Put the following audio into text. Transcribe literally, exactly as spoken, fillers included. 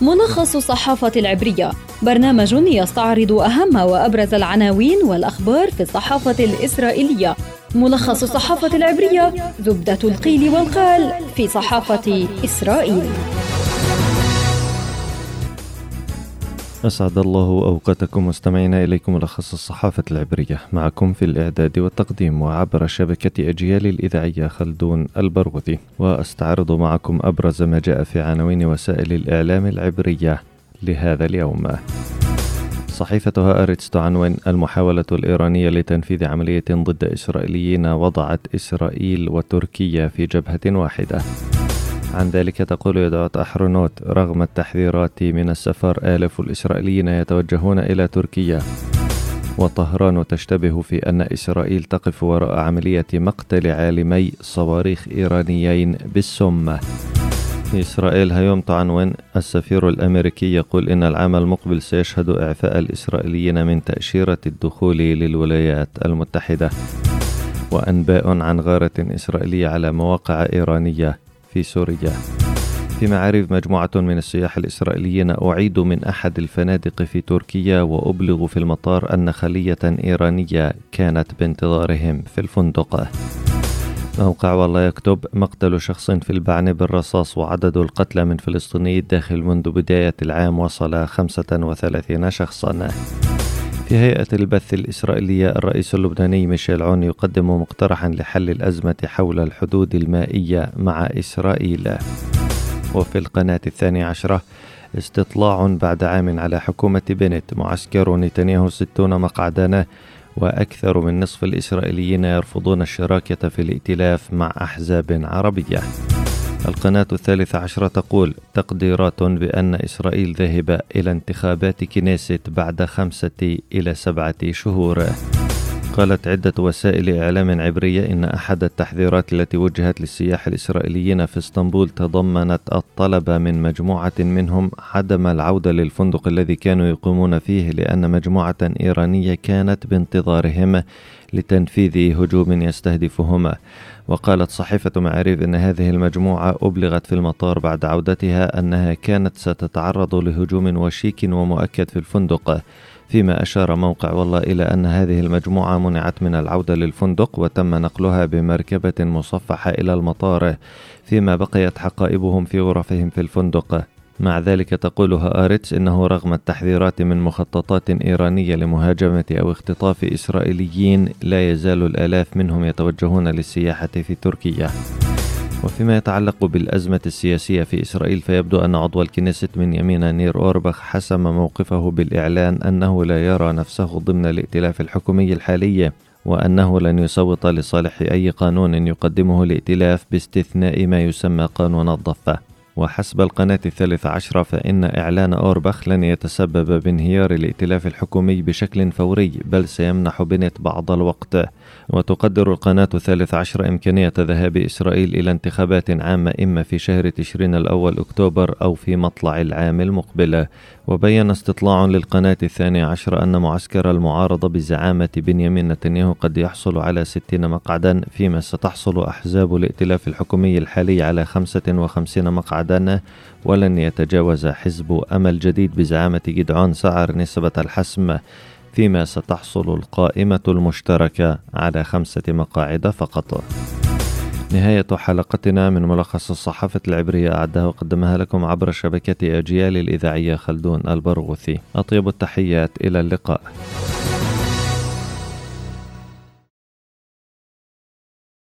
ملخص الصحافة العبرية، برنامج يستعرض أهم وأبرز العناوين والأخبار في الصحافة الإسرائيلية. ملخص الصحافة العبرية، زبدة القيل والقال في صحافة إسرائيل. أسعد الله أوقاتكم مستمعينا، إليكم ملخص الصحافة العبرية، معكم في الإعداد والتقديم وعبر شبكة أجيال الإذاعية خلدون البرغوثي، وأستعرض معكم أبرز ما جاء في عناوين وسائل الإعلام العبرية لهذا اليوم. صحيفة هآرتس تعنون: المحاولة الإيرانية لتنفيذ عملية ضد إسرائيليين وضعت إسرائيل وتركيا في جبهة واحدة. عن ذلك تقول يدعوت أحرونوت: رغم التحذيرات من السفر آلاف الإسرائيليين يتوجهون إلى تركيا. وطهران تشتبه في أن إسرائيل تقف وراء عملية مقتل عالمي صواريخ إيرانيين بالسم. في إسرائيل هيوم تعنون: السفير الأمريكي يقول إن العام المقبل سيشهد إعفاء الإسرائيليين من تأشيرة الدخول للولايات المتحدة. وأنباء عن غارة إسرائيلية على مواقع إيرانية في سوريا. في معارف: مجموعة من السياح الإسرائيليين أعيدوا من أحد الفنادق في تركيا وأبلغوا في المطار أن خلية إيرانية كانت بانتظارهم في الفندق. موقع والله يكتب: مقتل شخص في البعن بالرصاص وعدد القتلى من فلسطيني الداخل منذ بداية العام وصل خمسة وثلاثين شخصا. في هيئة البث الإسرائيلية، الرئيس اللبناني ميشيل عون يقدم مقترحا لحل الأزمة حول الحدود المائية مع إسرائيل. وفي القناة الثانية عشرة: استطلاع بعد عام على حكومة بنت، معسكر نتنياهو ستون مقعدا، وأكثر من نصف الإسرائيليين يرفضون الشراكة في الائتلاف مع أحزاب عربية. القناة الثالثة عشرة تقول: تقديرات بأن إسرائيل ذاهبة إلى انتخابات كنيست بعد خمسة إلى سبعة شهور. قالت عدة وسائل إعلام عبرية إن أحد التحذيرات التي وجهت للسياح الإسرائيليين في اسطنبول تضمنت الطلب من مجموعة منهم عدم العودة للفندق الذي كانوا يقيمون فيه، لأن مجموعة إيرانية كانت بانتظارهم لتنفيذ هجوم يستهدفهما. وقالت صحيفة معارف إن هذه المجموعة أبلغت في المطار بعد عودتها أنها كانت ستتعرض لهجوم وشيك ومؤكد في الفندق، فيما أشار موقع والله إلى أن هذه المجموعة منعت من العودة للفندق وتم نقلها بمركبة مصفحة إلى المطار، فيما بقيت حقائبهم في غرفهم في الفندق. مع ذلك تقول هآرتس إنه رغم التحذيرات من مخططات إيرانية لمهاجمة أو اختطاف إسرائيليين، لا يزال الآلاف منهم يتوجهون للسياحة في تركيا. وفيما يتعلق بالأزمة السياسية في إسرائيل، فيبدو أن عضو الكنيست من يمين نير أوربخ حسم موقفه بالإعلان أنه لا يرى نفسه ضمن الائتلاف الحكومي الحالي، وأنه لن يصوت لصالح أي قانون يقدمه الائتلاف باستثناء ما يسمى قانون الضفة. وحسب القناة الثالثة عشرة فإن إعلان أوربخ لن يتسبب بانهيار الائتلاف الحكومي بشكل فوري، بل سيمنح بنت بعض الوقت. وتقدر القناة الثالثة عشرة إمكانية ذهاب إسرائيل إلى انتخابات عامة إما في شهر تشرين الأول أكتوبر أو في مطلع العام المقبل. وبين استطلاع للقناة الثانية عشرة أن معسكر المعارضة بزعامة بنيامين نتنياهو قد يحصل على ستين مقعدا، فيما ستحصل أحزاب الائتلاف الحكومي الحالي على خمسة وخمسين مقعدا، ولن يتجاوز حزب أمل جديد بزعامة جدعون سعر نسبة الحسم، فيما ستحصل القائمة المشتركة على خمسة مقاعد فقط. نهاية حلقتنا من ملخص الصحافة العبرية، أعدها وقدمها لكم عبر شبكة أجيال الإذاعية خلدون البرغوثي. أطيب التحيات، إلى اللقاء.